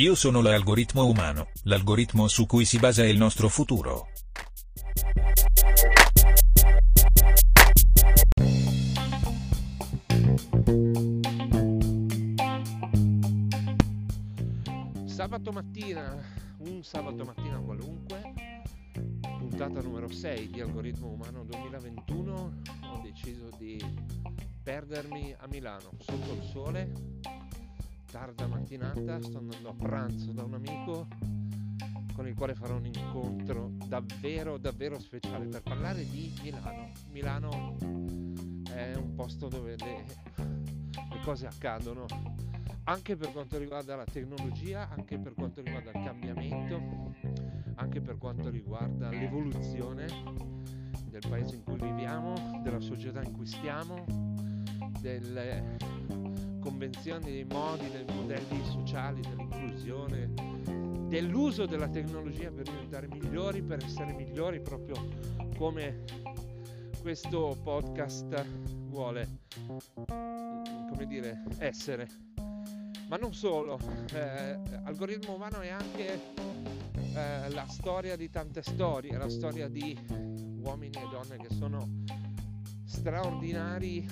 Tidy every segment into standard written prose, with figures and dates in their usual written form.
Io sono l'algoritmo umano, l'algoritmo su cui si basa il nostro futuro. Un sabato mattina qualunque, puntata numero 6 di Algoritmo Umano 2021, ho deciso di perdermi a Milano, sotto il sole, tarda mattinata, sto andando a pranzo da un amico con il quale farò un incontro davvero speciale per parlare di Milano. Milano è un posto dove le cose accadono, anche per quanto riguarda la tecnologia, anche per quanto riguarda il cambiamento, anche per quanto riguarda l'evoluzione del paese in cui viviamo, della società in cui stiamo, delle convenzioni, dei modi, dei modelli sociali, dell'inclusione, dell'uso della tecnologia per diventare migliori, per essere migliori, proprio come questo podcast vuole, essere. Ma non solo, Algoritmo Umano è anche la storia di tante storie, la storia di uomini e donne che sono straordinarie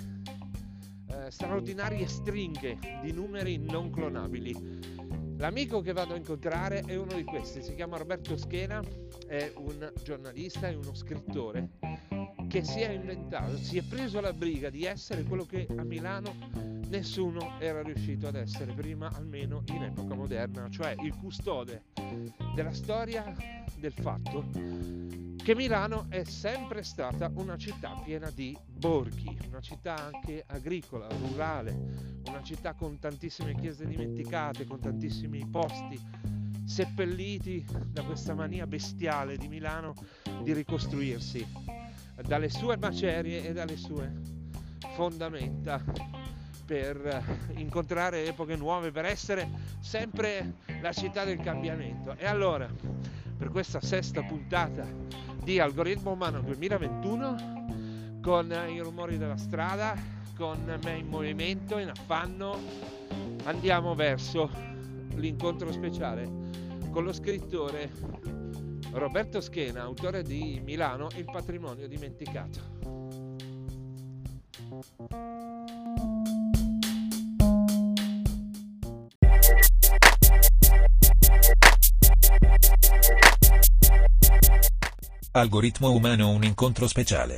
stringhe di numeri non clonabili. L'amico che vado a incontrare è uno di questi, si chiama Roberto Schena, è un giornalista e uno scrittore che si è preso la briga di essere quello che a Milano nessuno era riuscito ad essere prima, almeno in epoca moderna, cioè il custode della storia del fatto che Milano è sempre stata una città piena di borghi, una città anche agricola, rurale, una città con tantissime chiese dimenticate, con tantissimi posti seppelliti da questa mania bestiale di Milano di ricostruirsi dalle sue macerie e dalle sue fondamenta per incontrare epoche nuove, per essere sempre la città del cambiamento. E allora, per questa sesta puntata di Algoritmo Umano 2021, con i rumori della strada, con me in movimento, in affanno, andiamo verso l'incontro speciale con lo scrittore Roberto Schena, autore di Milano, il patrimonio dimenticato. Algoritmo Umano, un incontro speciale.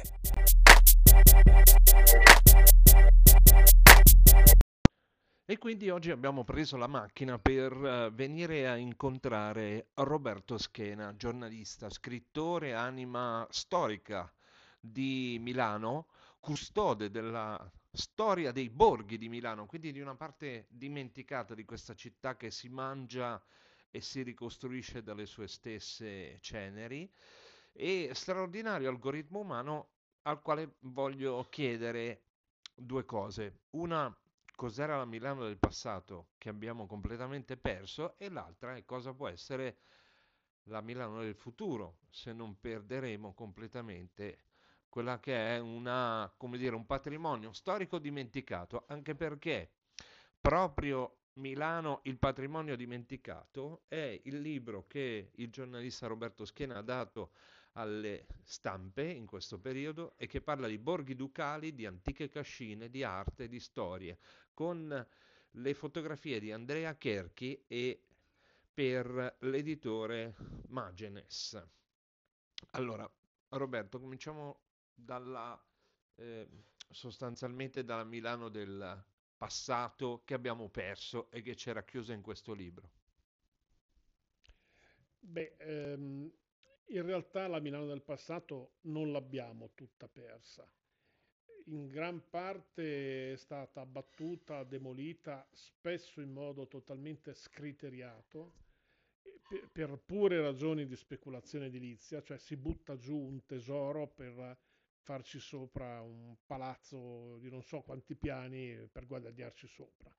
E quindi oggi abbiamo preso la macchina per venire a incontrare Roberto Schena, giornalista, scrittore, anima storica di Milano, custode della storia dei borghi di Milano, quindi di una parte dimenticata di questa città che si mangia e si ricostruisce dalle sue stesse ceneri, e straordinario algoritmo umano al quale voglio chiedere due cose. Una, cos'era la Milano del passato che abbiamo completamente perso, e l'altra è cosa può essere la Milano del futuro se non perderemo completamente quella che è un patrimonio storico dimenticato, anche perché proprio Milano, il patrimonio dimenticato, è il libro che il giornalista Roberto Schiena ha dato alle stampe in questo periodo e che parla di borghi ducali, di antiche cascine, di arte, di storie, con le fotografie di Andrea Cherchi e per l'editore Magenes. Allora, Roberto, cominciamo dalla eh, sostanzialmente dalla Milano del passato che abbiamo perso e che c'era chiusa in questo libro. Beh, in realtà la Milano del passato non l'abbiamo tutta persa. In gran parte è stata abbattuta, demolita, spesso in modo totalmente scriteriato, per pure ragioni di speculazione edilizia, cioè si butta giù un tesoro per farci sopra un palazzo di non so quanti piani per guadagnarci sopra.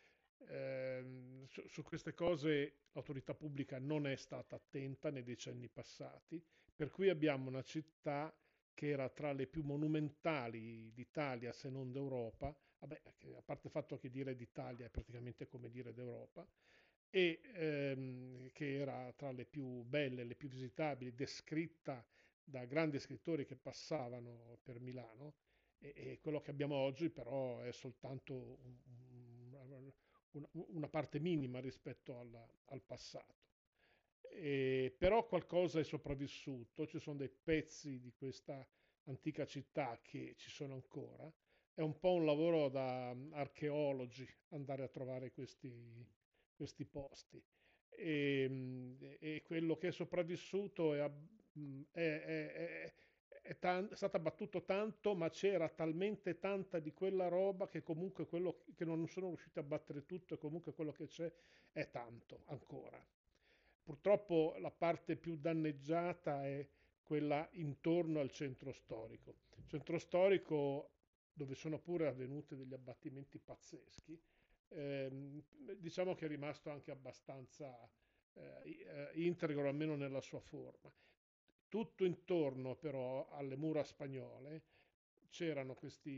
Su queste cose l'autorità pubblica non è stata attenta nei decenni passati, per cui abbiamo una città che era tra le più monumentali d'Italia, se non d'Europa. Vabbè, a parte il fatto che dire d'Italia è praticamente come dire d'Europa, e che era tra le più belle, le più visitabili, descritta da grandi scrittori che passavano per Milano, e quello che abbiamo oggi però è soltanto una parte minima rispetto al passato. Però qualcosa è sopravvissuto, ci sono dei pezzi di questa antica città che ci sono ancora. È un po' un lavoro da archeologi andare a trovare questi posti. E quello che è sopravvissuto è stato abbattuto tanto, ma c'era talmente tanta di quella roba che comunque quello che non sono riusciti a battere tutto, e comunque quello che c'è è tanto ancora. Purtroppo la parte più danneggiata è quella intorno al centro storico. Il centro storico, dove sono pure avvenuti degli abbattimenti pazzeschi, ehm, diciamo che è rimasto anche abbastanza integro, almeno nella sua forma. Tutto intorno però alle mura spagnole c'erano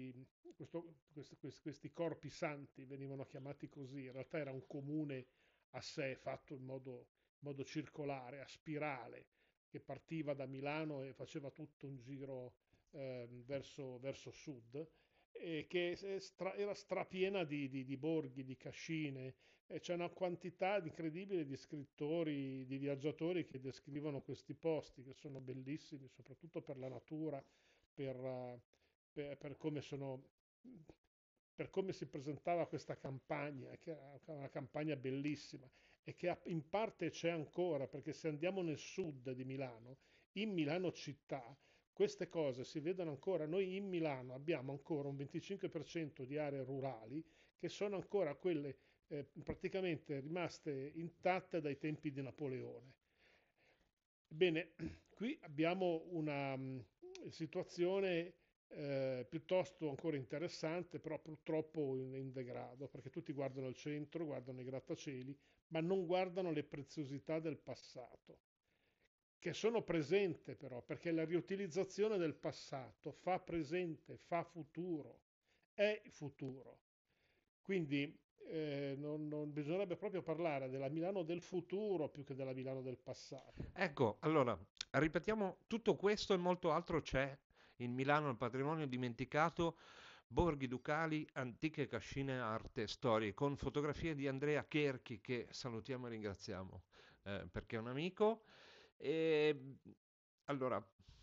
questi corpi santi, venivano chiamati così, in realtà era un comune a sé fatto in modo circolare, a spirale, che partiva da Milano e faceva tutto un giro verso sud, e che era strapiena di borghi, di cascine, e c'è una quantità incredibile di scrittori, di viaggiatori che descrivono questi posti, che sono bellissimi, soprattutto per la natura, per, eh, per come per come si presentava questa campagna, che era una campagna bellissima e che in parte c'è ancora, perché se andiamo nel sud di Milano, in Milano città, queste cose si vedono ancora. Noi in Milano abbiamo ancora un 25% di aree rurali che sono ancora quelle praticamente rimaste intatte dai tempi di Napoleone. Bene, qui abbiamo una situazione piuttosto ancora interessante, però purtroppo in degrado, perché tutti guardano al centro, guardano i grattacieli, ma non guardano le preziosità del passato, che sono presente però, perché la riutilizzazione del passato fa presente, fa futuro, è futuro. Quindi non bisognerebbe proprio parlare della Milano del futuro più che della Milano del passato. Ecco, allora, ripetiamo tutto questo e molto altro c'è in Milano, il patrimonio dimenticato, borghi ducali, antiche cascine, arte e storie, con fotografie di Andrea Cherchi, che salutiamo e ringraziamo perché è un amico. E, allora,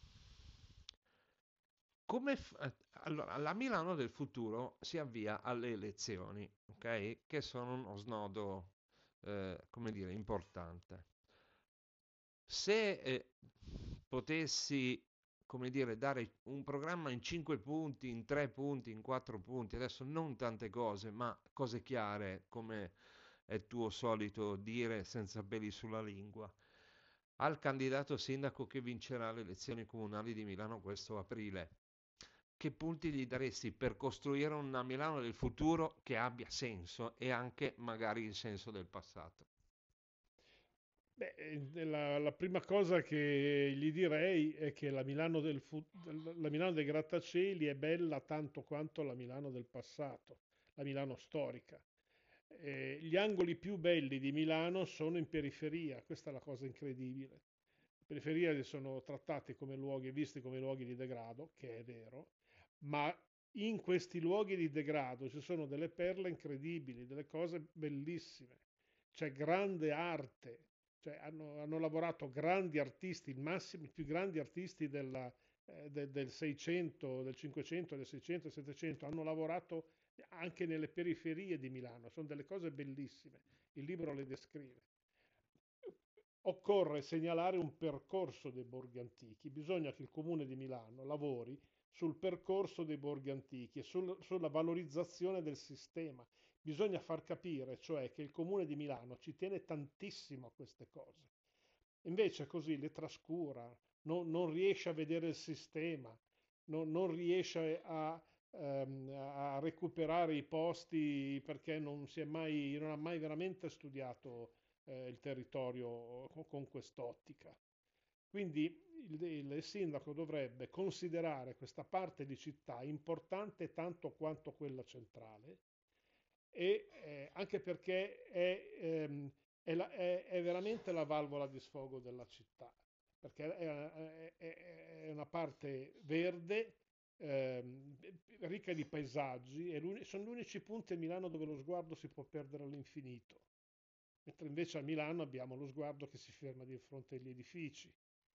allora, la Milano del futuro si avvia alle elezioni, ok? Che sono uno snodo, come dire, importante. Se potessi, come dire, dare un programma in 5 punti, in 3 punti, in 4 punti, adesso non tante cose, ma cose chiare, come è tuo solito dire senza peli sulla lingua, al candidato sindaco che vincerà le elezioni comunali di Milano questo aprile, che punti gli daresti per costruire una Milano del futuro che abbia senso e anche magari il senso del passato? Beh, la prima cosa che gli direi è che la Milano dei grattacieli è bella tanto quanto la Milano del passato, la Milano storica. Gli angoli più belli di Milano sono in periferia, questa è la cosa incredibile. In periferia sono trattati come luoghi, visti come luoghi di degrado, che è vero, ma in questi luoghi di degrado ci sono delle perle incredibili, delle cose bellissime. C'è grande arte, cioè hanno lavorato grandi artisti, i più grandi artisti del 600, del 500, del 600, del 700, hanno lavorato anche nelle periferie di Milano, sono delle cose bellissime, il libro le descrive. Occorre segnalare un percorso dei borghi antichi, bisogna che il Comune di Milano lavori sul percorso dei borghi antichi e sulla valorizzazione del sistema. Bisogna far capire, cioè, che il Comune di Milano ci tiene tantissimo a queste cose. Invece così le trascura, non riesce a vedere il sistema, non riesce a recuperare i posti perché non ha mai veramente studiato il territorio con quest'ottica. Quindi il sindaco dovrebbe considerare questa parte di città importante tanto quanto quella centrale, e anche perché è veramente la valvola di sfogo della città, perché è una parte verde, ricca di paesaggi, e sono gli unici punti a Milano dove lo sguardo si può perdere all'infinito, mentre invece a Milano abbiamo lo sguardo che si ferma di fronte agli edifici.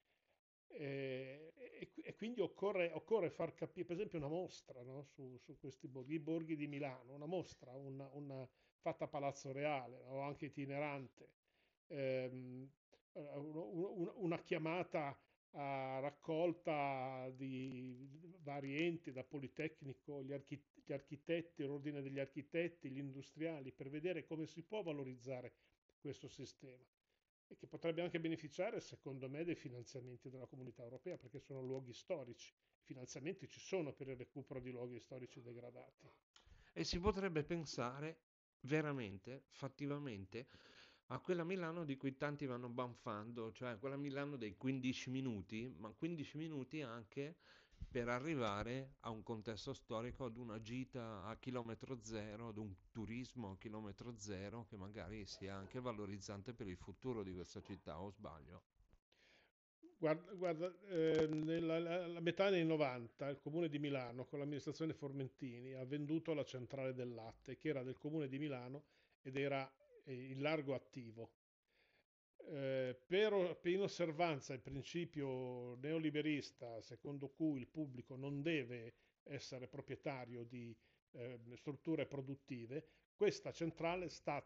E quindi occorre far capire, per esempio, una mostra, no, su questi borghi, i borghi di Milano, una mostra, fatta a Palazzo Reale o anche itinerante, ehm, una chiamata a raccolta di vari enti, da Politecnico, gli architetti, l'ordine degli architetti, gli industriali, per vedere come si può valorizzare questo sistema, e che potrebbe anche beneficiare, secondo me, dei finanziamenti della Comunità Europea, perché sono luoghi storici. I finanziamenti ci sono per il recupero di luoghi storici degradati. E si potrebbe pensare veramente, fattivamente, a quella Milano di cui tanti vanno banfando, cioè quella Milano dei 15 minuti, ma 15 minuti anche per arrivare a un contesto storico, ad una gita a chilometro zero, ad un turismo a chilometro zero che magari sia anche valorizzante per il futuro di questa città, o sbaglio? Guarda, nella metà anni 90 il Comune di Milano, con l'amministrazione Formentini, ha venduto la centrale del latte, che era del Comune di Milano ed era in largo attivo. In osservanza al principio neoliberista, secondo cui il pubblico non deve essere proprietario di strutture produttive, questa centrale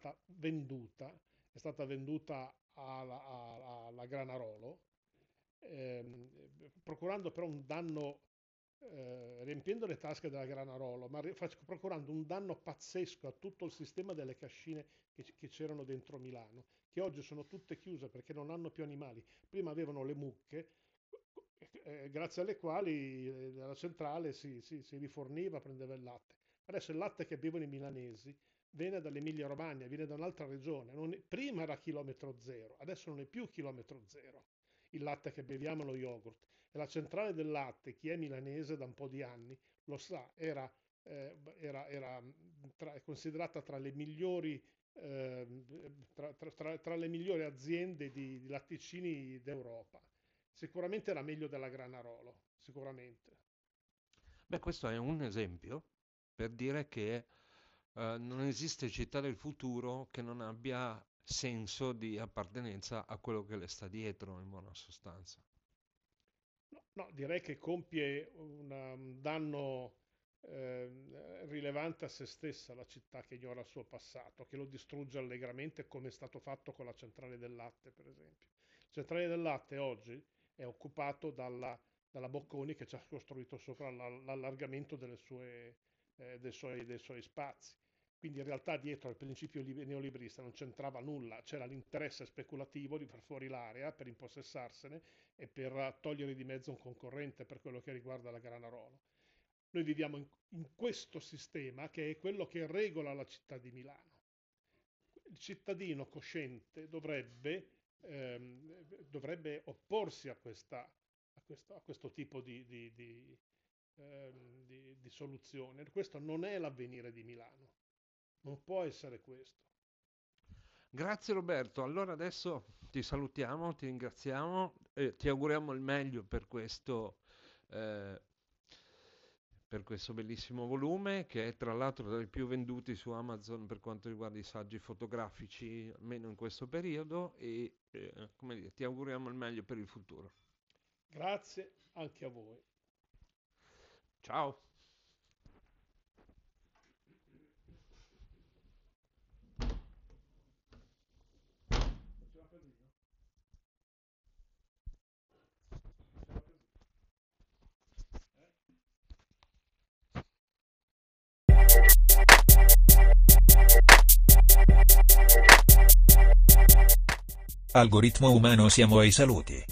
è stata venduta alla Granarolo, procurando però un danno, riempiendo le tasche della Granarolo, ma procurando un danno pazzesco a tutto il sistema delle cascine che c'erano dentro Milano, che oggi sono tutte chiuse perché non hanno più animali. Prima avevano le mucche, grazie alle quali la centrale si riforniva, prendeva il latte. Adesso il latte che bevono i milanesi viene dall'Emilia Romagna, viene da un'altra regione. Prima era chilometro zero, adesso non è più chilometro zero il latte che beviamo, lo yogurt. E la centrale del latte, chi è milanese da un po' di anni lo sa, era considerata tra le migliori, tra le migliori aziende di latticini d'Europa. Sicuramente era meglio della Granarolo, sicuramente. Beh, questo è un esempio per dire che non esiste città del futuro che non abbia senso di appartenenza a quello che le sta dietro, in buona sostanza. No, direi che compie un danno rilevante a se stessa la città, che ignora il suo passato, che lo distrugge allegramente, come è stato fatto con la centrale del latte, per esempio. La centrale del latte oggi è occupato dalla Bocconi, che ci ha costruito sopra l'allargamento dei suoi spazi. Quindi in realtà dietro al principio neoliberista non c'entrava nulla, c'era l'interesse speculativo di far fuori l'area per impossessarsene e per togliere di mezzo un concorrente per quello che riguarda la Granarolo. Noi viviamo in questo sistema, che è quello che regola la città di Milano. Il cittadino cosciente dovrebbe opporsi a questo tipo di soluzione. Questo non è l'avvenire di Milano. Non può essere questo. Grazie Roberto, allora adesso ti salutiamo, ti ringraziamo e ti auguriamo il meglio per questo bellissimo volume, che è tra l'altro tra i più venduti su Amazon per quanto riguarda i saggi fotografici, almeno in questo periodo, e come dire, ti auguriamo il meglio per il futuro. Grazie anche a voi. Ciao. Algoritmo umano, siamo ai saluti.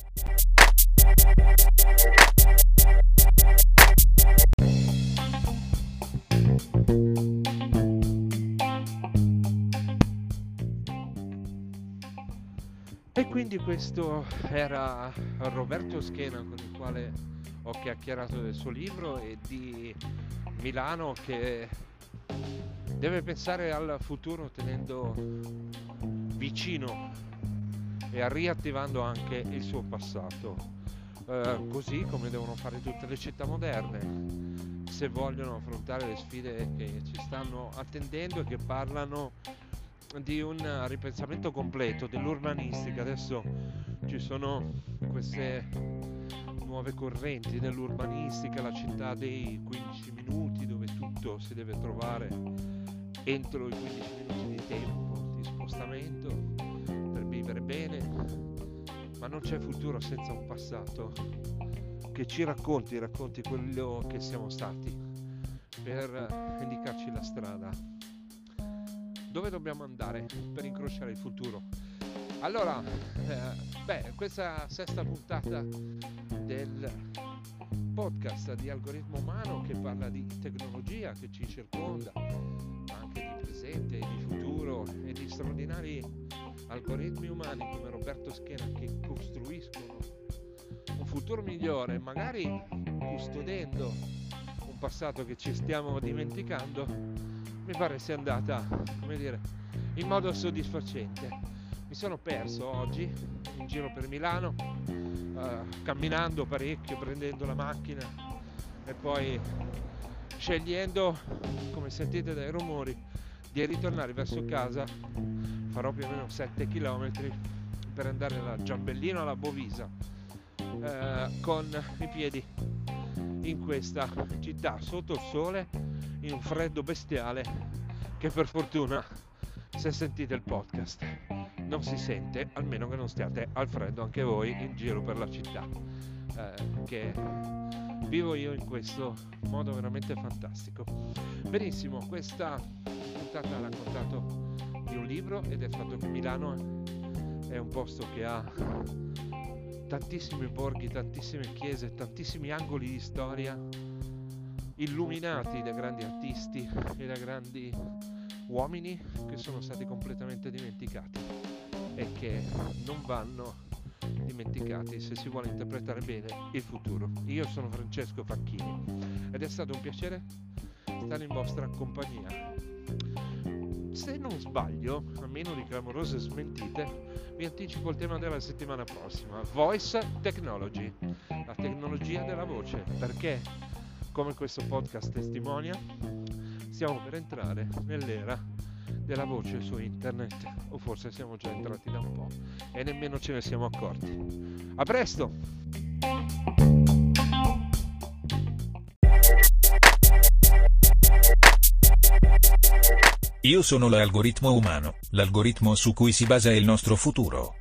E quindi questo era Roberto Schena, con il quale ho chiacchierato del suo libro e di Milano, che deve pensare al futuro tenendo vicino e riattivando anche il suo passato, così come devono fare tutte le città moderne se vogliono affrontare le sfide che ci stanno attendendo e che parlano di un ripensamento completo dell'urbanistica. Adesso ci sono queste nuove correnti nell'urbanistica, la città dei 15 minuti, dove tutto si deve trovare entro i 15 minuti di tempo di spostamento per vivere bene, ma non c'è futuro senza un passato che ci racconti quello che siamo stati per indicarci la strada, dove dobbiamo andare per incrociare il futuro. Allora, questa sesta puntata del podcast di Algoritmo Umano, che parla di tecnologia che ci circonda, ma anche di presente e di futuro, e di straordinari algoritmi umani come Roberto Schiena, che costruiscono un futuro migliore, magari custodendo un passato che ci stiamo dimenticando. Mi pare sia andata, in modo soddisfacente. Mi sono perso oggi in giro per Milano, camminando parecchio, prendendo la macchina e poi scegliendo, come sentite dai rumori, di ritornare verso casa. Farò più o meno 7 km per andare da Giambellino alla Bovisa, con i piedi in questa città sotto il sole, in un freddo bestiale che per fortuna, se sentite il podcast, non si sente, almeno che non stiate al freddo anche voi in giro per la città, che vivo io in questo modo veramente fantastico. Benissimo, questa puntata ha raccontato di un libro e del fatto che Milano è un posto che ha tantissimi borghi, tantissime chiese, tantissimi angoli di storia illuminati da grandi artisti e da grandi uomini che sono stati completamente dimenticati e che non vanno dimenticati se si vuole interpretare bene il futuro. Io sono Francesco Facchini ed è stato un piacere stare in vostra compagnia. Se non sbaglio, a meno di clamorose smentite, vi anticipo il tema della settimana prossima: Voice Technology, la tecnologia della voce, perché, come questo podcast testimonia, stiamo per entrare nell'era della voce su internet, o forse siamo già entrati da un po' e nemmeno ce ne siamo accorti. A presto! Io sono l'algoritmo umano, l'algoritmo su cui si basa il nostro futuro.